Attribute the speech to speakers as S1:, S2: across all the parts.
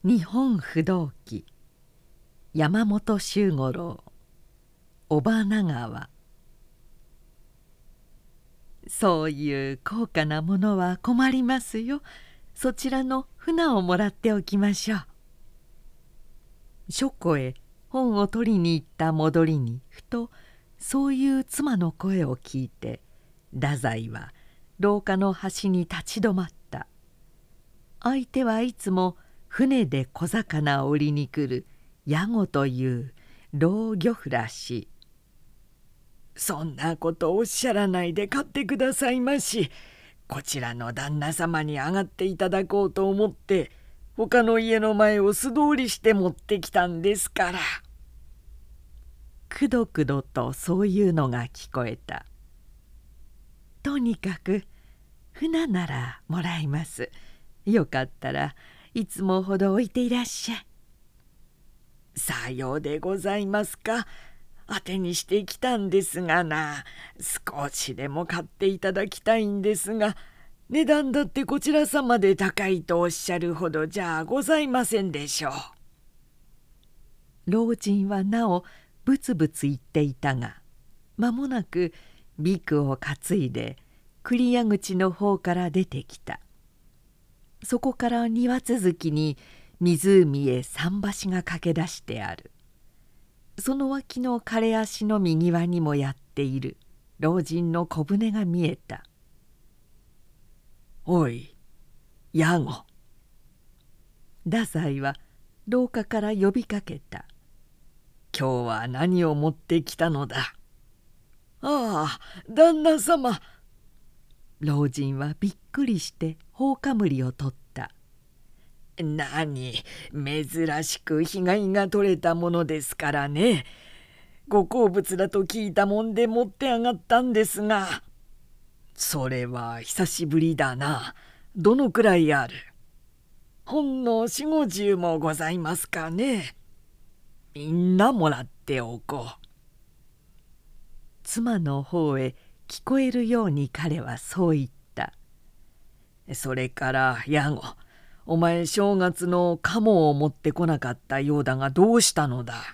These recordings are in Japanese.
S1: 日本不動記山本周五郎尾花川。そういう高価なものは困りますよ。そちらの船をもらっておきましょう。書庫へ本を取りに行った戻りにふとそういう妻の声を聞いて、太宰は廊下の端に立ち止まった。相手はいつも船で小魚を売りに来る矢後という老漁夫らしい。
S2: そんなことおっしゃらないで買ってくださいまし。こちらの旦那様に上がっていただこうと思って他の家の前を素通りして持ってきたんですから。
S1: くどくどとそういうのが聞こえた。とにかく船ならもらいます。よかったらいつもほど置いていらっしゃい。
S2: さようでございますか。当てにしてきたんですがな。少しでも買っていただきたいんですが、値段だってこちら様で高いとおっしゃるほどじゃございませんでしょう。
S1: 老人はなおブツブツ言っていたが、間もなくビクを担いで栗屋口の方から出てきた。そこから庭続きに湖へ桟橋が駆け出してある。その脇の枯れ足の右輪にもやっている老人の小舟が見えた。
S2: おい、矢後。
S1: 太宰は廊下から呼びかけた。
S2: 今日は何を持ってきたのだ。ああ、旦那様。
S1: 老人はびっくりして頬かむりを取った。
S2: 何、珍しく被害が取れたものですからね。ご好物だと聞いたもんで持って上がったんですが。それは久しぶりだな。どのくらいある？ほんの40、50もございますかね。みんなもらっておこう。
S1: 妻の方へ聞こえるように彼はそう言った。
S2: それから矢後、お前正月の鴨を持ってこなかったようだがどうしたのだ。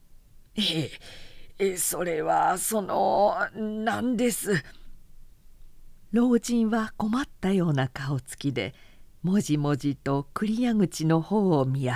S2: それはなんです。
S1: 老人は困ったような顔つきでもじもじと栗屋口の方を見合った。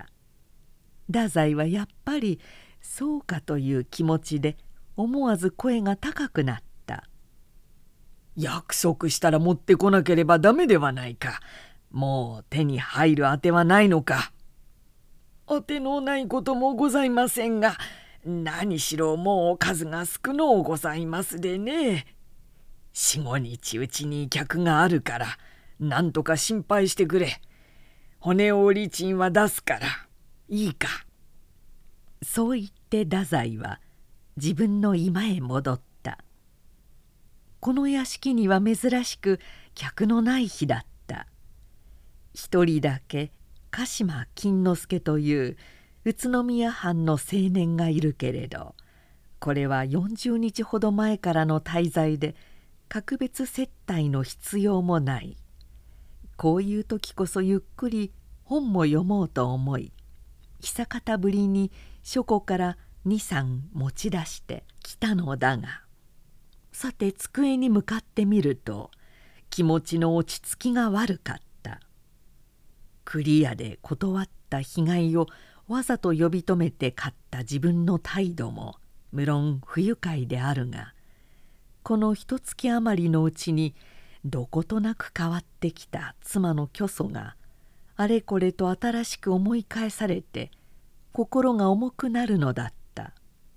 S1: 太宰はやっぱりそうかという気持ちで思わず声が高くなった。
S2: 約束したら持ってこなければダメではないか。もう手に入るあてはないのか。あてのないこともございませんが、何しろもう数が少のうございますでね。4、5日うちに客があるからなんとか心配してくれ。骨折り賃は出すからいいか。
S1: そう言って太宰は自分の居間へ戻った。この屋敷には珍しく客のない日だった。一人だけ鹿島金之助という宇都宮藩の青年がいるけれど、これは40日ほど前からの滞在で格別接待の必要もない。こういう時こそゆっくり本も読もうと思い、久方ぶりに書庫から2、3持ち出してきたのだが、さて机に向かってみると気持ちの落ち着きが悪かった。栗屋で断った被害をわざと呼び止めて買った自分の態度も無論不愉快であるが、この1月余りのうちにどことなく変わってきた妻の虚訴があれこれと新しく思い返されて心が重くなるのだった。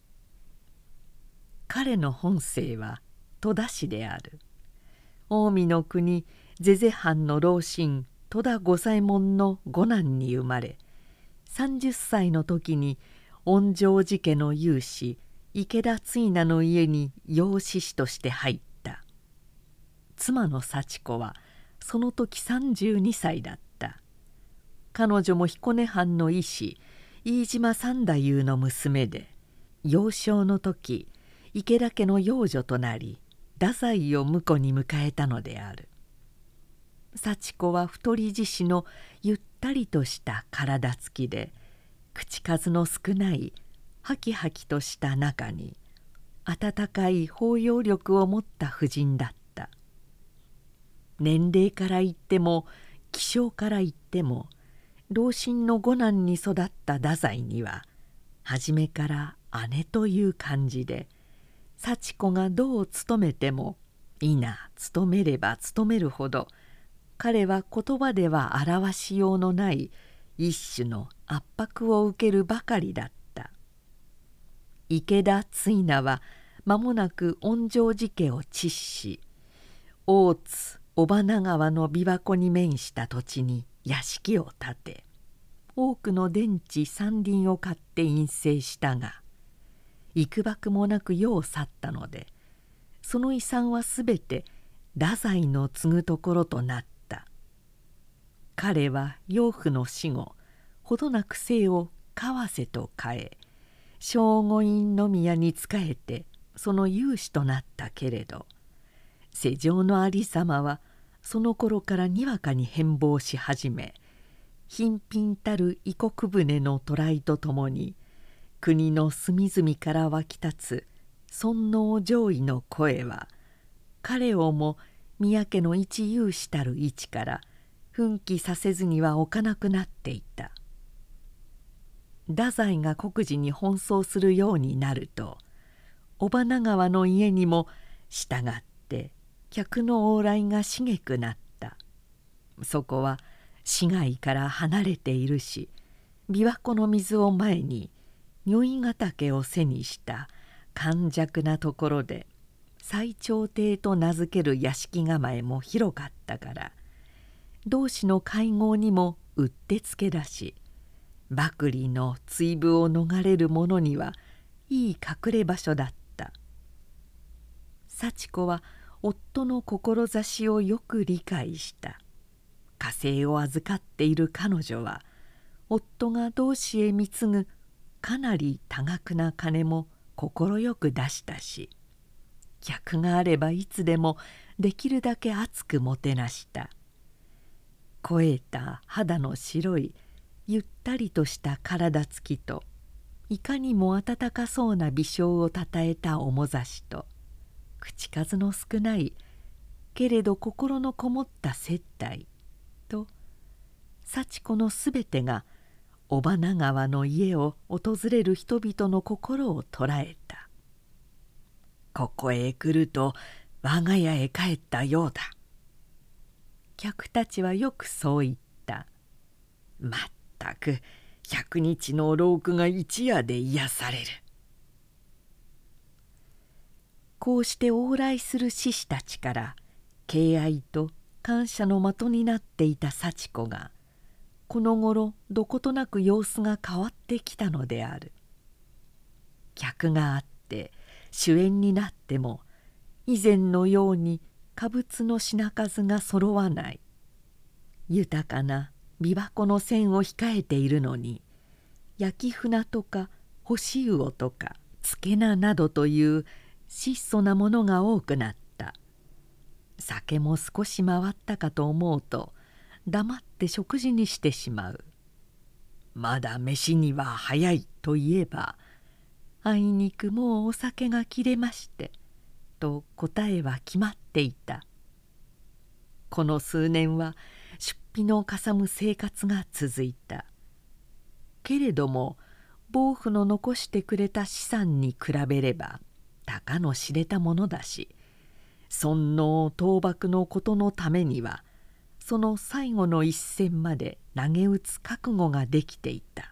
S1: 彼の本姓は戸田氏である。近江の国瀬々藩の老臣戸田御左衛門の五男に生まれ、30歳の時に御城寺家の有志池田追名の家に養子師として入った。妻の幸子はその時32歳だった。彼女も彦根藩の医師飯島三太夫の娘で、幼少の時池田家の養女となり太宰を婿に迎えたのである。幸子は太り獅子のゆっったりとした体つきで、口数の少ないハキハキとした中に温かい包容力を持った婦人だった。年齢から言っても気性から言っても老身の五男に育った太宰には初めから姉という感じで、幸子がどう務めてもいな務めれば務めるほど彼は言葉では表しようのない一種の圧迫を受けるばかりだった。池田追名は間もなく恩城寺家を覬し、大津尾花川の琵琶湖に面した土地に屋敷を建て、多くの田地山林を買って隠棲したが、幾ばもなく世を去ったので、その遺産はすべて太宰の継ぐところとなった。彼は養父の死後、ほどなく姓を川瀬と変え、聖護院宮に仕えてその有志となったけれど、世情のありさまはその頃からにわかに変貌し始め、貧々たる異国船の渡来とともに国の隅々から湧き立つ尊王攘夷の声は、彼をも宮家の一有志たる位置から奮起させずには置かなくなっていた。太宰が国事に奔走するようになると、尾花川の家にも従って客の往来がしげくなった。そこは市街から離れているし、琵琶湖の水を前に如意ヶ岳を背にした寒弱なところで、最長亭と名付ける屋敷構えも広かったから、同志の会合にもうってつけだし、幕吏の追捕を逃れる者にはいい隠れ場所だった。幸子は夫の志をよく理解した。家政を預かっている彼女は、夫が同志へ貢ぐかなり多額な金も快く出したし、客があればいつでもできるだけ熱くもてなした。肥えた肌の白いゆったりとした体つきと、いかにも温かそうな微笑をたたえた面差しと、口数の少ないけれど心のこもった接待と、幸子のすべてが尾花川の家を訪れる人々の心を捉えた。ここへ来ると我が家へ帰ったようだ。客たちはよくそう言った。まったく100日の労苦が一夜で癒される。こうして往来する志士たちから敬愛と感謝の的になっていた幸子が、この頃どことなく様子が変わってきたのである。客があって主演になっても以前のように歌物の品数がそろわない。豊かな琵琶湖の線を控えているのに、焼き船とか干し魚とかつけ菜などという質素なものが多くなった。酒も少し回ったかと思うと黙って食事にしてしまう。まだ飯には早いと言えば、あいにくもうお酒が切れましてと答えは決まっていた。この数年は出費のかさむ生活が続いた。けれども坊父の残してくれた資産に比べればたかの知れたものだし、尊王倒幕のことのためにはその最後の一戦まで投げ打つ覚悟ができていた。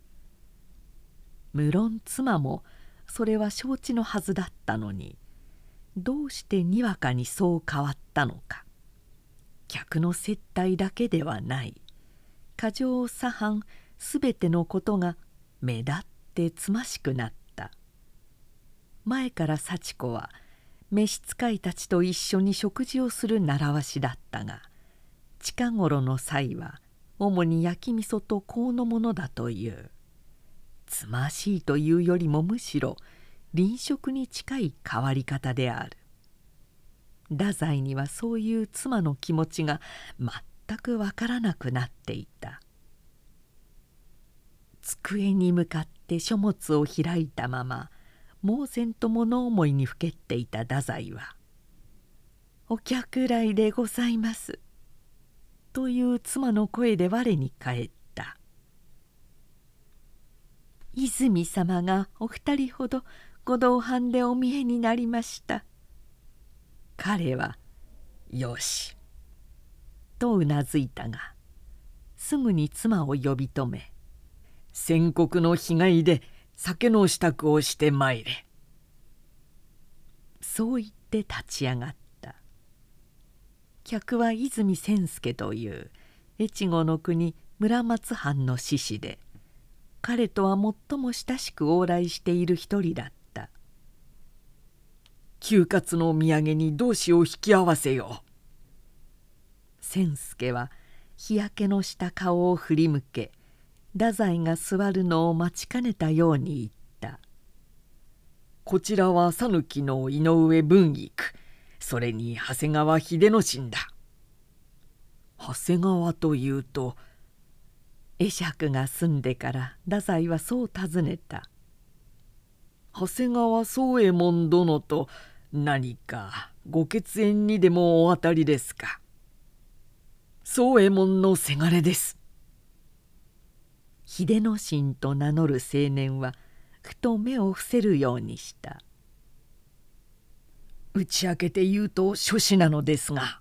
S1: 無論妻もそれは承知のはずだったのに、どうしてにわかにそう変わったのか。客の接待だけではない、過剰左半すべてのことが目立ってつましくなった。前から幸子は召使いたちと一緒に食事をする習わしだったが、近頃の際は主に焼き味噌と香のものだという。つましいというよりもむしろ臨食に近い変わり方である。太宰にはそういう妻の気持ちが全くわからなくなっていた。 机に向かって書物を開いたまま猛然と物思いにふけっていた太宰は「お客来でございます」という妻の声で我に返った「泉様がお二人ほどご同伴でお見えになりました」。彼は「よし」とうなずいたがすぐに妻を呼び止め
S2: 「先刻の日帰りで酒の支度をして参れ」
S1: そう言って立ち上がった。客は泉千助という越後の国村松藩の志士で彼とは最も親しく往来している一人だった。
S2: 旧活のお土産に同志を引き合わせよう。
S1: 千助は日焼けのした顔を振り向け太宰が座るのを待ちかねたように言った。
S2: こちらは讃岐の井上文菊、それに長谷川秀之進だ。長谷川というと
S1: 会釈が済んでから太宰はそう尋ねた。
S2: 長谷川宗右衛門殿と何かご血縁にでもお当たりですか。宗右衛門のせがれです。
S1: 秀之進と名乗る青年はふと目を伏せるようにした。
S2: 打ち明けて言うと諸子なのですが、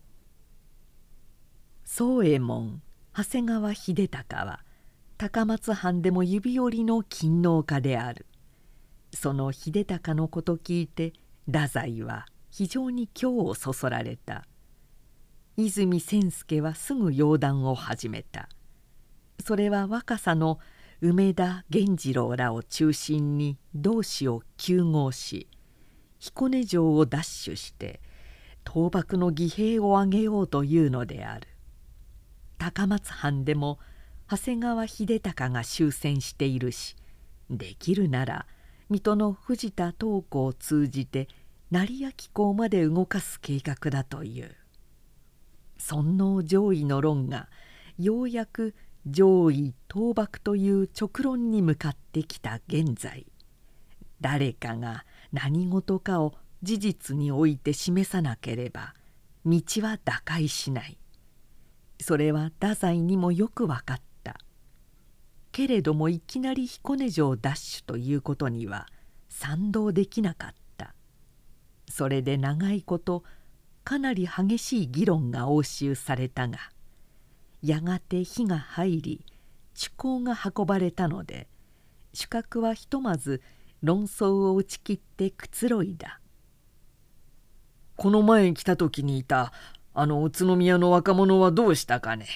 S1: 宗右衛門長谷川秀隆は高松藩でも指折りの勤皇家である。その秀隆のこと聞いて太宰は非常に興をそそられた。泉千助はすぐ要談を始めた。それは若さの梅田源次郎らを中心に同志を糾合し彦根城を奪取して討幕の義兵を挙げようというのである。高松藩でも長谷川秀隆が終戦しているし、できるなら水戸の藤田東子を通じて成明公まで動かす計画だという。尊皇攘夷の論がようやく攘夷討幕という直論に向かってきた現在、誰かが何事かを事実において示さなければ道は打開しない。それは太宰にもよく分かった。けれどもいきなり彦根城奪取ということには賛同できなかった。それで長いことかなり激しい議論が応酬されたが、やがて火が入り主公が運ばれたので主客はひとまず論争を打ち切ってくつろいだ。
S2: この前来た時にいたあの宇都宮の若者はどうしたかね。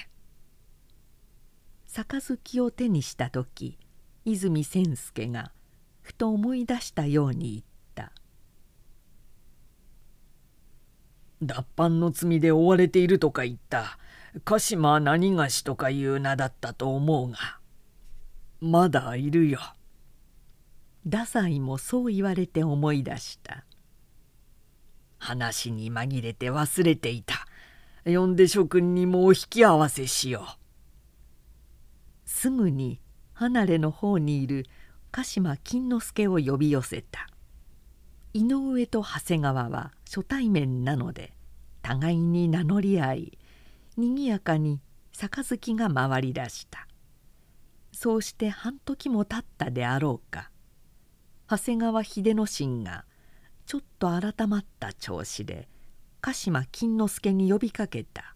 S1: 杯を手にした時泉千助がふと思い出したように言った。
S2: 脱藩の罪で追われているとか言った鹿島何菓子とかいう名だったと思うが、まだいるよ。
S1: 太宰もそう言われて思い出した。
S2: 話に紛れて忘れていた。呼んで諸君にもお引き合わせしよう。
S1: すぐに離れの方にいる鹿島金之助を呼び寄せた。井上と長谷川は初対面なので互いに名乗り合い、にぎやかに杯が回りだした。そうして半時も経ったであろうか、長谷川秀之進がちょっと改まった調子で鹿島金之助に呼びかけた。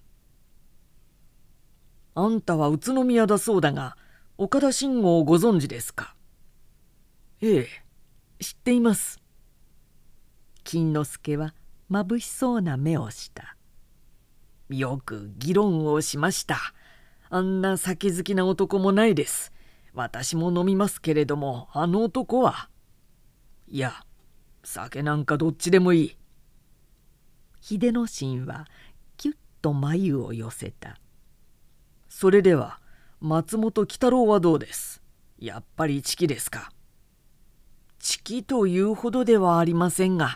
S2: あんたは宇都宮だそうだが、岡田信吾をご存知ですか。ええ、知っています。
S1: 金之助はまぶしそうな目をした。
S2: よく議論をしました。あんな酒好きな男もないです。私も飲みますけれども、あの男は。いや、酒なんかどっちでもいい。
S1: 秀之進はキュッと眉を寄せた。
S2: それでは松本喜太郎はどうです。やっぱり知己ですか。知己というほどではありませんが。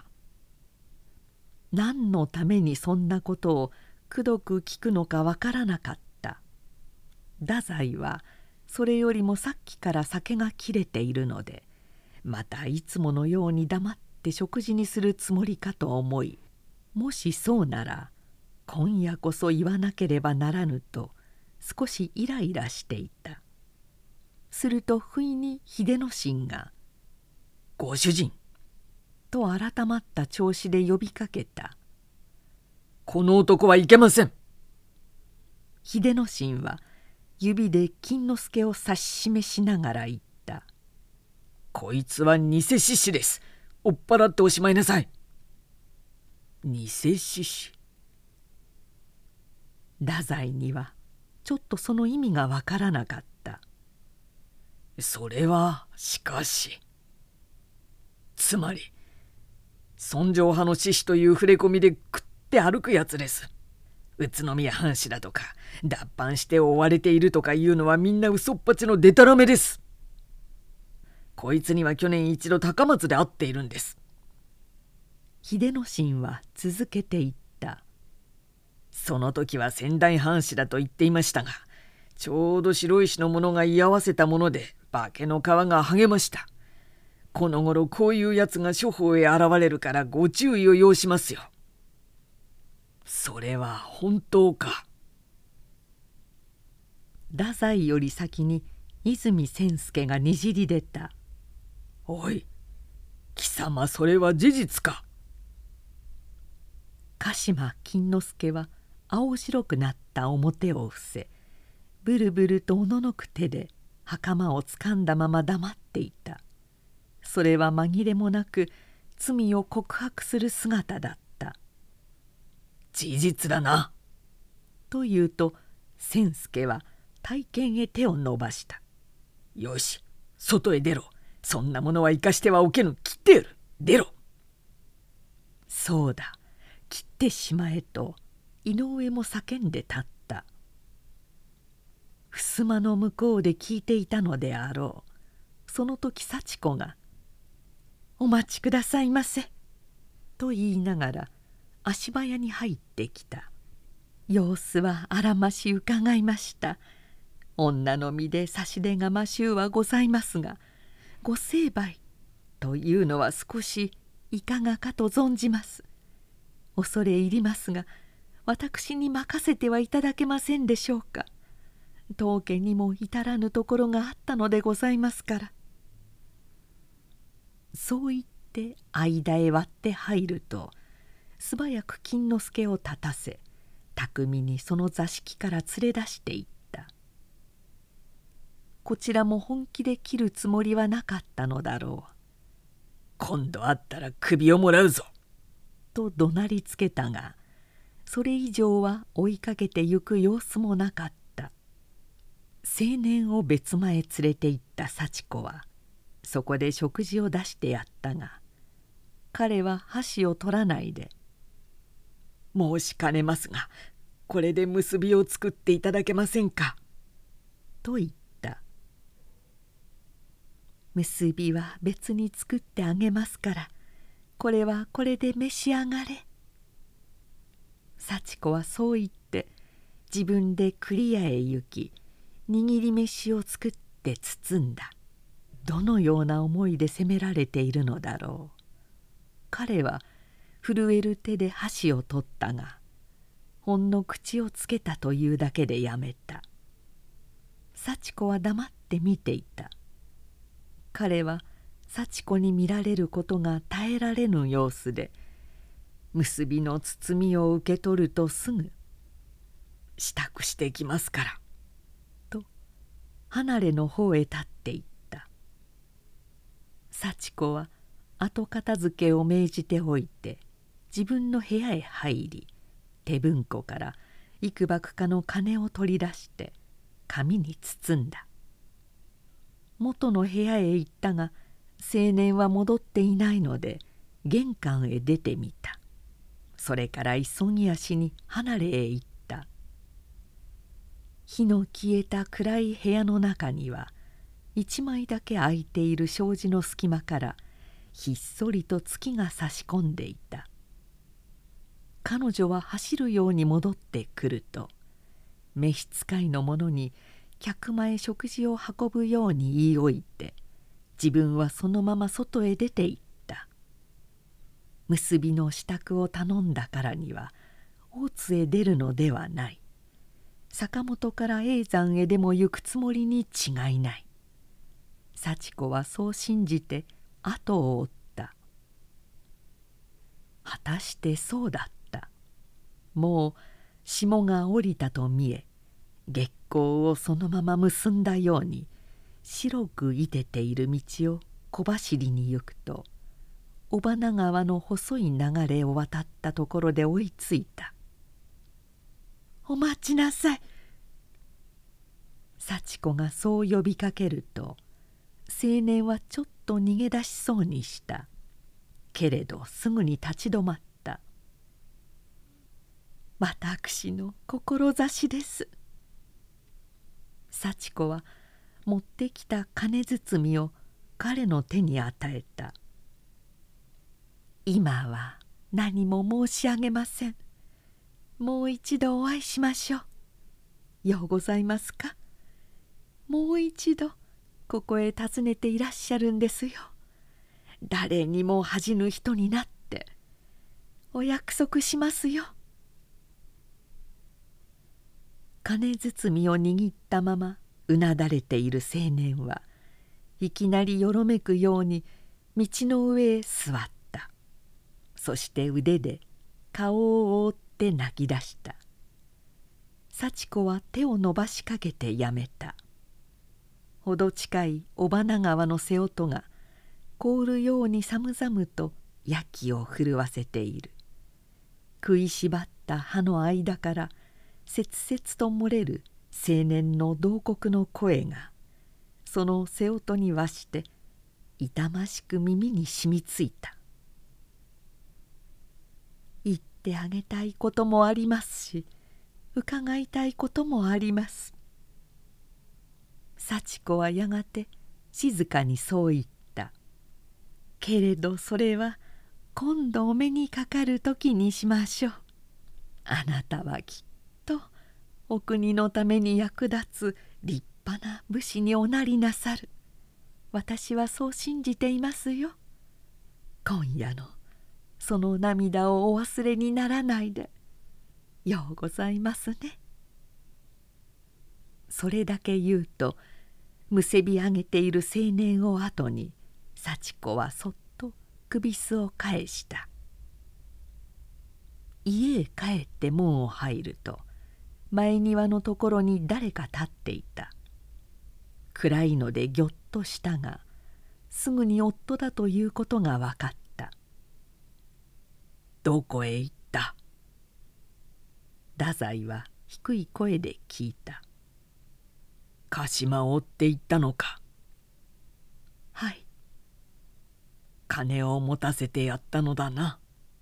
S1: 何のためにそんなことをくどく聞くのかわからなかった。太宰はそれよりもさっきから酒が切れているので、またいつものように黙って食事にするつもりかと思い、もしそうなら今夜こそ言わなければならぬと少しイライラしていた。すると不意に秀之進が
S2: 「ご主人」
S1: と改まった調子で呼びかけた。
S2: 「この男はいけません」。
S1: 秀之進は指で金之助を指し示しながら言った。
S2: 「こいつは偽獅子です。追っ払っておしまいなさい。」偽獅子。
S1: 太宰にはちょっとその意味がわからなかった。
S2: それはしかし、つまり尊攘派の獅子という触れ込みで食って歩くやつです。宇都宮藩士だとか脱藩して追われているとかいうのはみんな嘘っぱちのデタラメです。こいつには去年一度高松で会っているんです。
S1: 秀之進は続けて言った。
S2: その時は仙台藩士だと言っていましたが、ちょうど白石の者が居合わせたもので化けの皮が剥げました。この頃こういうやつが諸方へ現れるからご注意を要しますよ。それは本当か。
S1: 太宰より先に泉千助がにじり出た。
S2: おい、貴様それは事実か。
S1: 鹿島金之助は青白くなった面を伏せ、ブルブルとおののく手で袴をつかんだまま黙っていた。それは紛れもなく罪を告白する姿だった。
S2: 事実だな。
S1: と言うと千助は体験へ手を伸ばした。
S2: よし、外へ出ろ。そんなものは生かしてはおけぬ。切ってやる。出ろ。
S1: そうだ、切ってしまえと井上も叫んで立った。襖の向こうで聞いていたのであろう。その時幸子が「お待ちくださいませ」と言いながら足早に入ってきた。様子はあらまし伺いました。女の身で差し出がましゅうはございますが、ご成敗というのは少しいかがかと存じます。恐れ入りますが、私に任せてはいただけませんでしょうか。当家にも至らぬところがあったのでございますから。そう言って間へ割って入ると、素早く金之助を立たせ、巧みにその座敷から連れ出していった。こちらも本気で切るつもりはなかったのだろう。
S2: 今度会ったら首をもらうぞ。
S1: と怒鳴りつけたが、それ以上は追いかけてゆく様子もなかった。青年を別間へ連れて行った幸子はそこで食事を出してやったが、彼は箸を取らないで
S2: 「申しかねますが、これで結びを作っていただけませんか」
S1: と言った。結びは別に作ってあげますから、これはこれで召し上がれ。幸子はそう言って自分で栗屋へ行き、握り飯を作って包んだ。どのような思いで責められているのだろう。彼は震える手で箸を取ったが、ほんの口をつけたというだけでやめた。幸子は黙って見ていた。彼は幸子に見られることが耐えられぬ様子で、結びの包みを受け取るとすぐ「支度してきますから」と離れの方へ立っていった。幸子は後片付けを命じておいて自分の部屋へ入り、手文庫から幾ばくかの金を取り出して紙に包んだ。元の部屋へ行ったが青年は戻っていないので玄関へ出てみた。それから急ぎ足に離れへ行った。火の消えた暗い部屋の中には一枚だけ開いている障子の隙間からひっそりと月が差し込んでいた。彼女は走るように戻ってくると、召使いの者に客間へ食事を運ぶように言い置いて、自分はそのまま外へ出て行った。結びの支度を頼んだからには大津へ出るのではない。坂本から叡山へでも行くつもりに違いない。幸子はそう信じて後を追った。果たしてそうだった。もう霜が降りたと見え、月光をそのまま結んだように白くいてている道を小走りに行くと、尾花川の細い流れを渡ったところで追いついた。お待ちなさい。幸子がそう呼びかけると、青年はちょっと逃げ出しそうにした。けれどすぐに立ち止まった。私の志です。幸子は持ってきた金包みを彼の手に与えた。今は何も申し上げません。もう一度お会いしましょう。ようございますか。もう一度ここへ訪ねていらっしゃるんですよ。誰にも恥じぬ人になってお約束しますよ。金包みを握ったままうなだれている青年はいきなりよろめくように道の上へ座った。そして腕で顔を覆って泣き出した。幸子は手を伸ばしかけてやめた。ほど近い尾花川の瀬音が凍るように寒々と焼きを震わせている。食いしばった歯の間から切々と漏れる青年の慟哭の声が、その瀬音に和して痛ましく耳にしみついた。言ってあげたいこともありますし、伺いたいこともあります。幸子はやがて静かにそう言った。けれどそれは今度お目にかかる時にしましょう。あなたはきっとお国のために役立つ立派な武士におなりなさる。私はそう信じていますよ。今夜のその涙をお忘れにならないでようございますね。それだけ言うと、むせび上げている青年を後に幸子はそっと首すを返した。家へ帰って門を入ると、前庭のところに誰か立っていた。暗いのでぎょっとしたが、すぐに夫だということが分かった。どこへ行った？太宰は低い声で聞いた。鹿島を追って行ったのか。はい。金を持たせてやったのだな。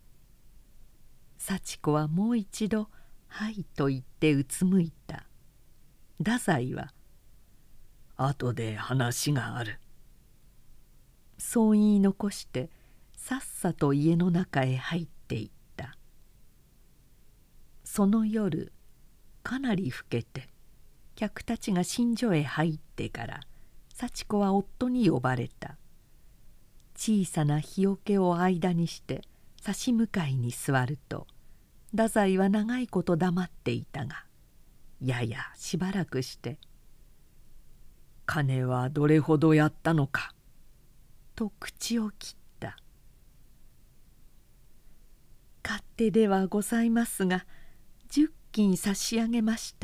S1: 幸子はもう一度「はい」と言ってうつむいた。太宰は「後で話がある」そう言い残してさっさと家の中へ入っていった。その夜かなり更けて客たちが寝所へ入ってから幸子は夫に呼ばれた。小さな日よけを間にして差し向かいに座ると、太宰は長いこと黙っていたが、ややしばらくして「金はどれほどやったのか」と口を切った。「勝手ではございますが10金差し上げました」。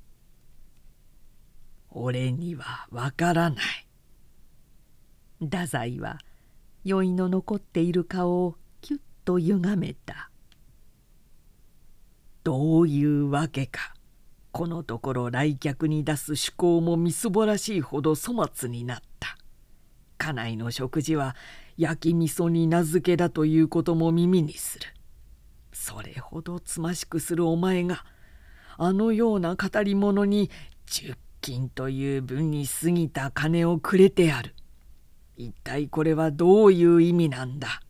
S1: 俺にはわからない。太宰は酔いの残っている顔をキュッと歪めた。どういうわけか、このところ来客に出す趣向もみすぼらしいほど粗末になった。家内の食事は焼き味噌に名付けだということも耳にする。それほどつましくするお前があのような語り物に10金という分に過ぎた金をくれてある。一体これはどういう意味なんだ。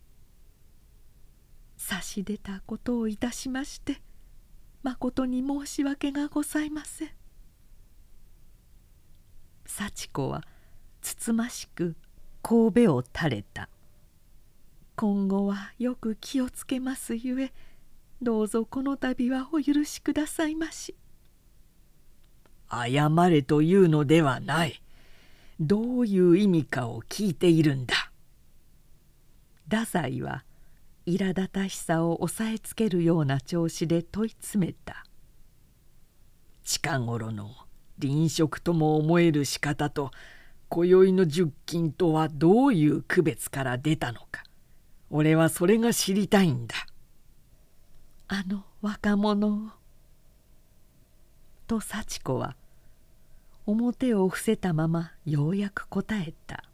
S1: 差し出たことをいたしましてまことに申し訳がございません。 幸子はつつましく神戸を垂れた。今後はよく気をつけますゆえ、どうぞこの度はお許しくださいまし。
S2: 謝れというのではない。どういう意味かを聞いているんだ。
S1: 太宰は苛立たしさを抑えつけるような調子で問い詰めた。
S2: 近頃の臨食とも思える仕方と今宵の十金とはどういう区別から出たのか、俺はそれが知りたいんだ。
S1: あの若者を。と幸子は表を伏せたままようやく答えた。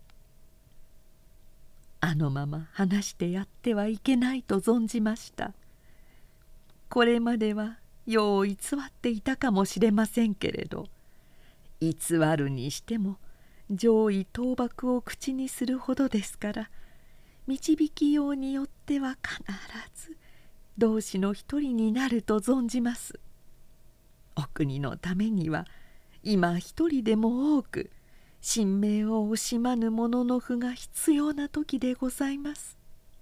S1: あのまま話してやってはいけないと存じました。これまでは世を偽っていたかもしれませんけれど、偽るにしても上意倒幕を口にするほどですから、導きようによっては必ず同志の一人になると存じます。お国のためには今一人でも多く神明を惜しまぬ者の符が必要な時でございます。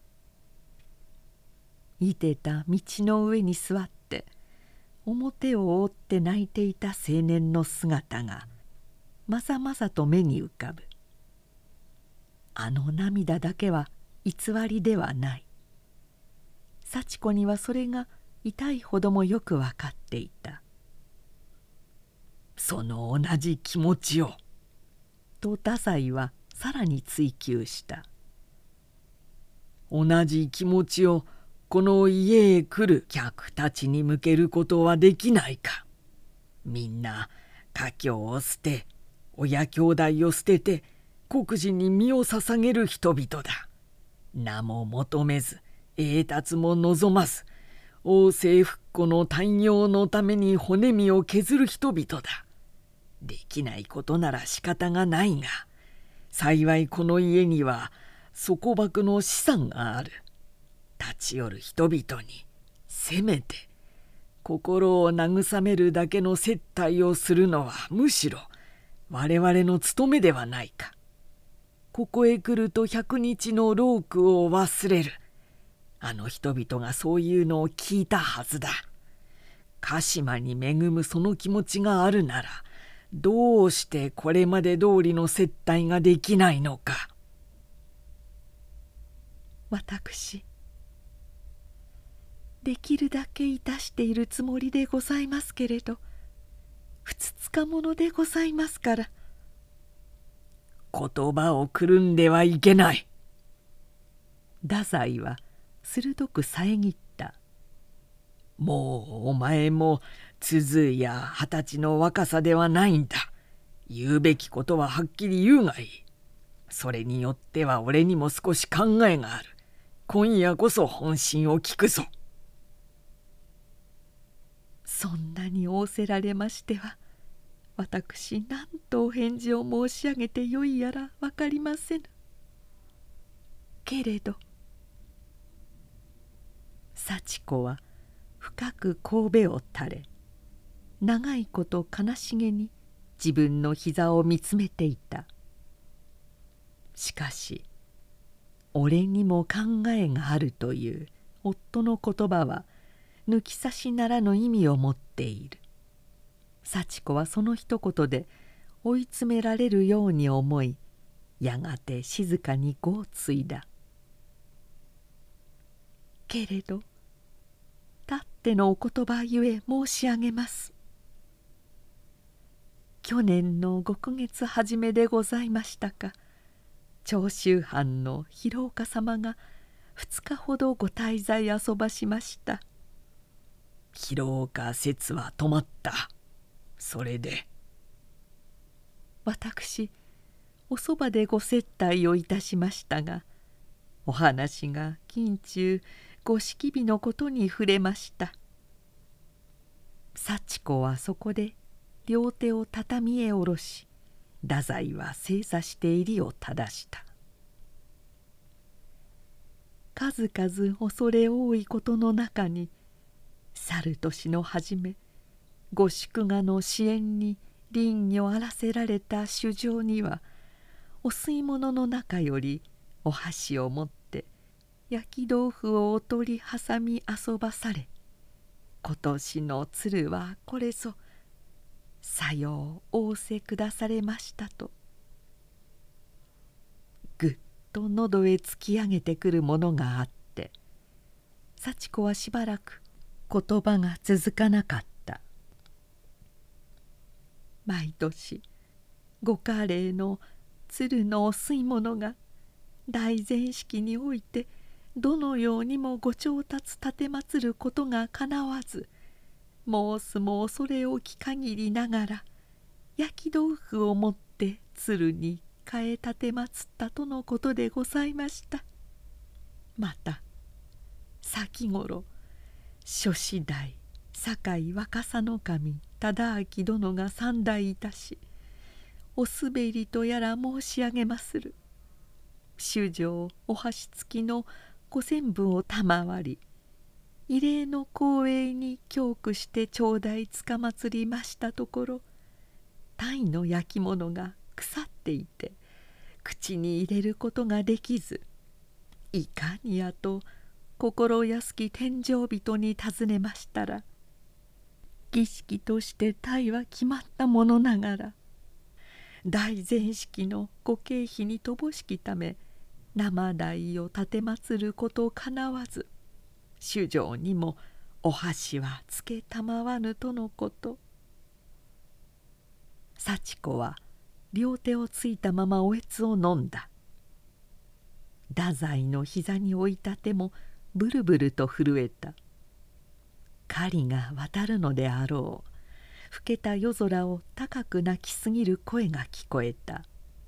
S1: いてた道の上に座って表を覆って泣いていた青年の姿がまざまざと目に浮かぶ。あの涙だけは偽りではない。幸子にはそれが痛いほどもよく分かっていた。
S2: その同じ気持ちを。
S1: と太宰はさらに追求した。
S2: 同じ気持ちをこの家へ来る客たちに向けることはできないか。みんな家境を捨て、親兄弟を捨てて国事に身を捧げる人々だ。名も求めず栄達も望まず、王政復古の大業のために骨身を削る人々だ。できないことなら仕方がないが、幸いこの家には束縛の資産がある。立ち寄る人々にせめて心を慰めるだけの接待をするのはむしろ我々の務めではないか。ここへ来ると100日の労苦を忘れる。あの人々がそういうのを聞いたはずだ。鹿島に恵むその気持ちがあるなら、どうしてこれまで通りの接待ができないのか。
S1: 私できるだけいたしているつもりでございますけれど、ふつつか者でございますから。
S2: 言葉をくるんではいけない。
S1: 太宰は鋭く遮った。
S2: もうお前も鈴や20歳の若さではないんだ。言うべきことははっきり言うがいい。それによっては俺にも少し考えがある。今夜こそ本心を聞くぞ。
S1: そんなに仰せられましては、私何とお返事を申し上げてよいやら分かりませぬ。けれど幸子は深く頭を垂れ、長いこと悲しげに自分の膝を見つめていた。しかし俺にも考えがあるという夫の言葉は抜き差しならぬ意味を持っている。幸子はその一言で追い詰められるように思い、やがて静かに語を継いだ。けれどたってのお言葉ゆえ申し上げます。去年の5月初めでございましたか、長州藩の広岡様が2日ほどご滞在遊ばしました。
S2: 広岡説は止まった。それで
S1: 私おそばでご接待をいたしましたが、お話が近中ご式日のことに触れました。幸子はそこで両手を畳へ下ろし、太宰は正座して襟を正した。数々恐れ多いことの中に、去る年の初めご祝賀の支援に輪にあらせられた主上には、お吸い物の中よりお箸を持って焼き豆腐をおとり挟み遊ばされ、今年の鶴はこれぞさよう仰せくだされましたと、ぐっと喉へ突き上げてくるものがあって、幸子はしばらく言葉が続かなかった。毎年ご家齢の鶴のお吸い物が大前式においてどのようにもご調達奉ることがかなわず、申すも恐れ置き限りながら焼き豆腐を持って鶴に替え奉ったとのことでございました。また先頃諸子代堺若狭守忠明殿が参代いたし、おすべりとやら申し上げまする。主上お箸付きのご千分を賜り、異例の光栄に供供して頂戴つかまつりましたところ、鯛の焼き物が腐っていて口に入れることができず、いかにやと心安き天上人に尋ねましたら、儀式として鯛は決まったものながら、大前式のご経費に乏しきため生鯛を奉ることかなわず、主上にもお箸はつけたまわぬとのこと。幸子は両手をついたままおえつを飲んだ。太宰の膝に置いた手もブルブルと震えた。狩りが渡るのであろう。更けた夜空を高く鳴きすぎる声が聞こえた。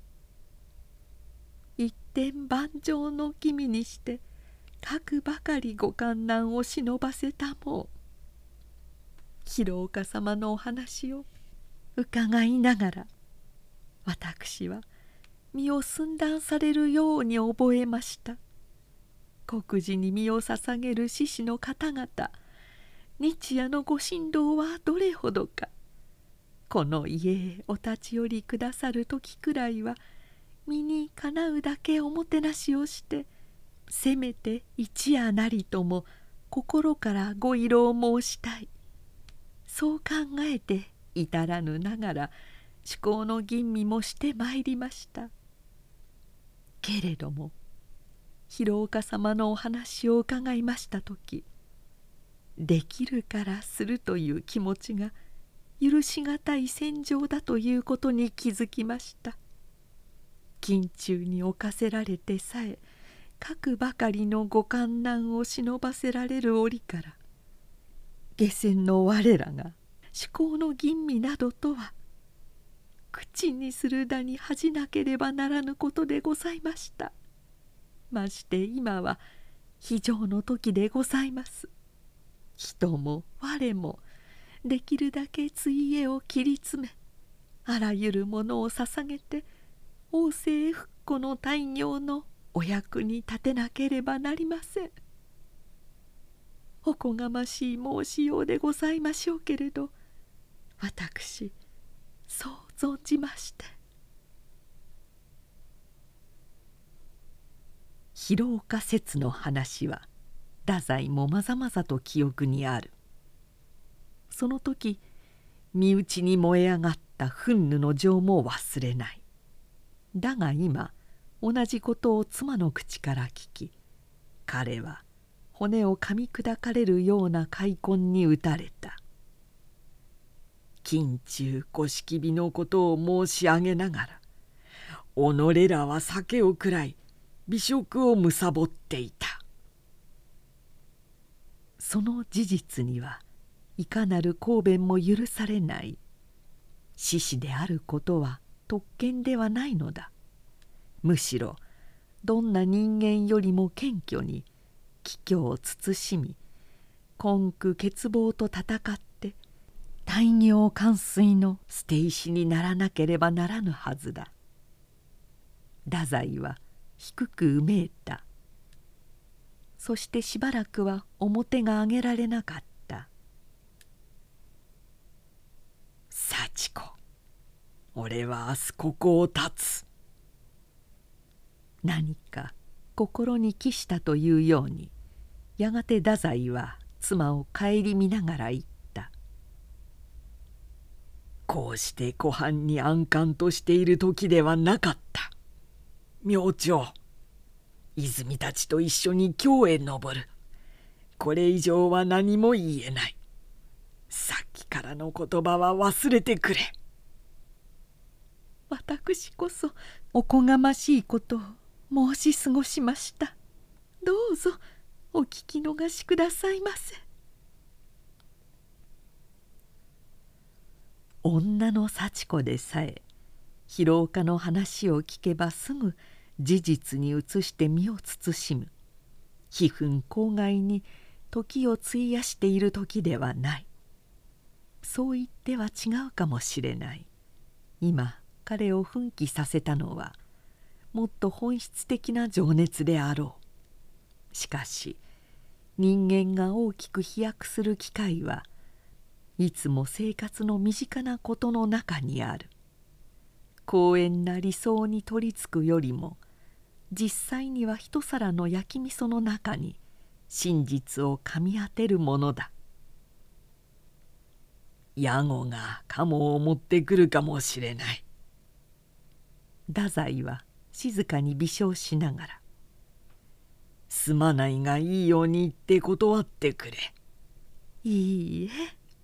S1: 一点万丈の君にしてかくばかりご観難を忍ばせたもう。広岡様のお話を伺いながら、私は身を寸断されるように覚えました。国事に身を捧げる志士の方々、日夜のご神道はどれほどか。この家へお立ち寄りくださる時くらいは身にかなうだけおもてなしをして、せめて一夜なりとも心からご慰労申したい。そう考えて至らぬながら至高の吟味もしてまいりました。けれども広岡様のお話を伺いました時、できるからするという気持ちが許しがたい戦場だということに気づきました。近中に侵せられてさえかくばかりのご観難を忍ばせられる折から、下船の我らが至高の吟味などとは口にするだに恥じなければならぬことでございました。まして今は非常の時でございます。人も我もできるだけついえを切り詰め、あらゆるものを捧げて王政復古の大業のお役に立てなければなりません。おこがましい申しようでございましょうけれど、私そう存じまして。広岡説の話は太宰もまざまざと記憶にある。その時身内に燃え上がった憤怒の情も忘れない。だが今同じことを妻の口から聞き、彼は骨を噛み砕かれるような悔恨に打たれた。近中古式日のことを申し上げながら、己らは酒を食らい美食を貪っていた。その事実にはいかなる抗弁も許されない。志士であることは特権ではないのだ。むしろどんな人間よりも謙虚に貴虚を慎み、根苦欠乏と戦って大業完遂の捨て石にならなければならぬはずだ。太宰は低くうめいた。そしてしばらくは面が上げられなかった。幸子、
S2: 俺は明日ここを立つ。
S1: 何か心に帰したというように、やがて太宰は妻を顧みながら言った。
S2: こうして湖畔に安閑としている時ではなかった。明朝、泉たちと一緒に京へ登る。これ以上は何も言えない。さっきからの言葉は忘れてくれ。
S1: 私こそおこがましいことを申し過ごしました。どうぞお聞き逃しくださいませ。女の幸子でさえ広岡の話を聞けばすぐ事実に移して身を慎む。悲憤口外に時を費やしている時ではない。そう言っては違うかもしれない。今彼を奮起させたのはもっと本質的な情熱であろう。しかし人間が大きく飛躍する機会はいつも生活の身近なことの中にある。高遠な理想に取りつくよりも実際には一皿の焼き味噌の中に真実をかみ当てるものだ。
S2: ヤゴが鴨を持ってくるかもしれない。
S1: 太宰は静かに微笑しながら
S2: 「すまないがいいように言って断ってくれ。」
S1: いいえ。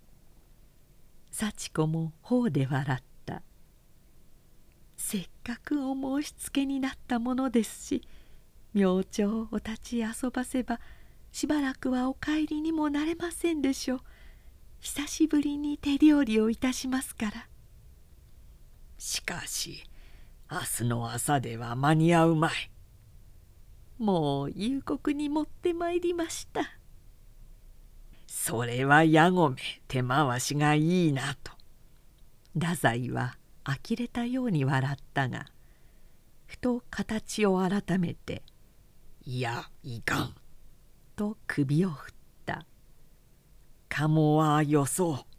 S1: 幸子も頬で笑った。せっかくお申しつけになったものですし、明朝お立ち遊ばせばしばらくはお帰りにもなれませんでしょう。久しぶりに手料理をいたしますから。
S2: しかし明日の朝では間に合うまい。
S1: もう夕刻に持ってまいりました。
S2: それはやごめ手回しがいいなと。
S1: 太宰は呆れたように笑ったが、ふと形を改めて
S2: 「いやいかん」
S1: と首を振った。
S2: 鴨はよそう。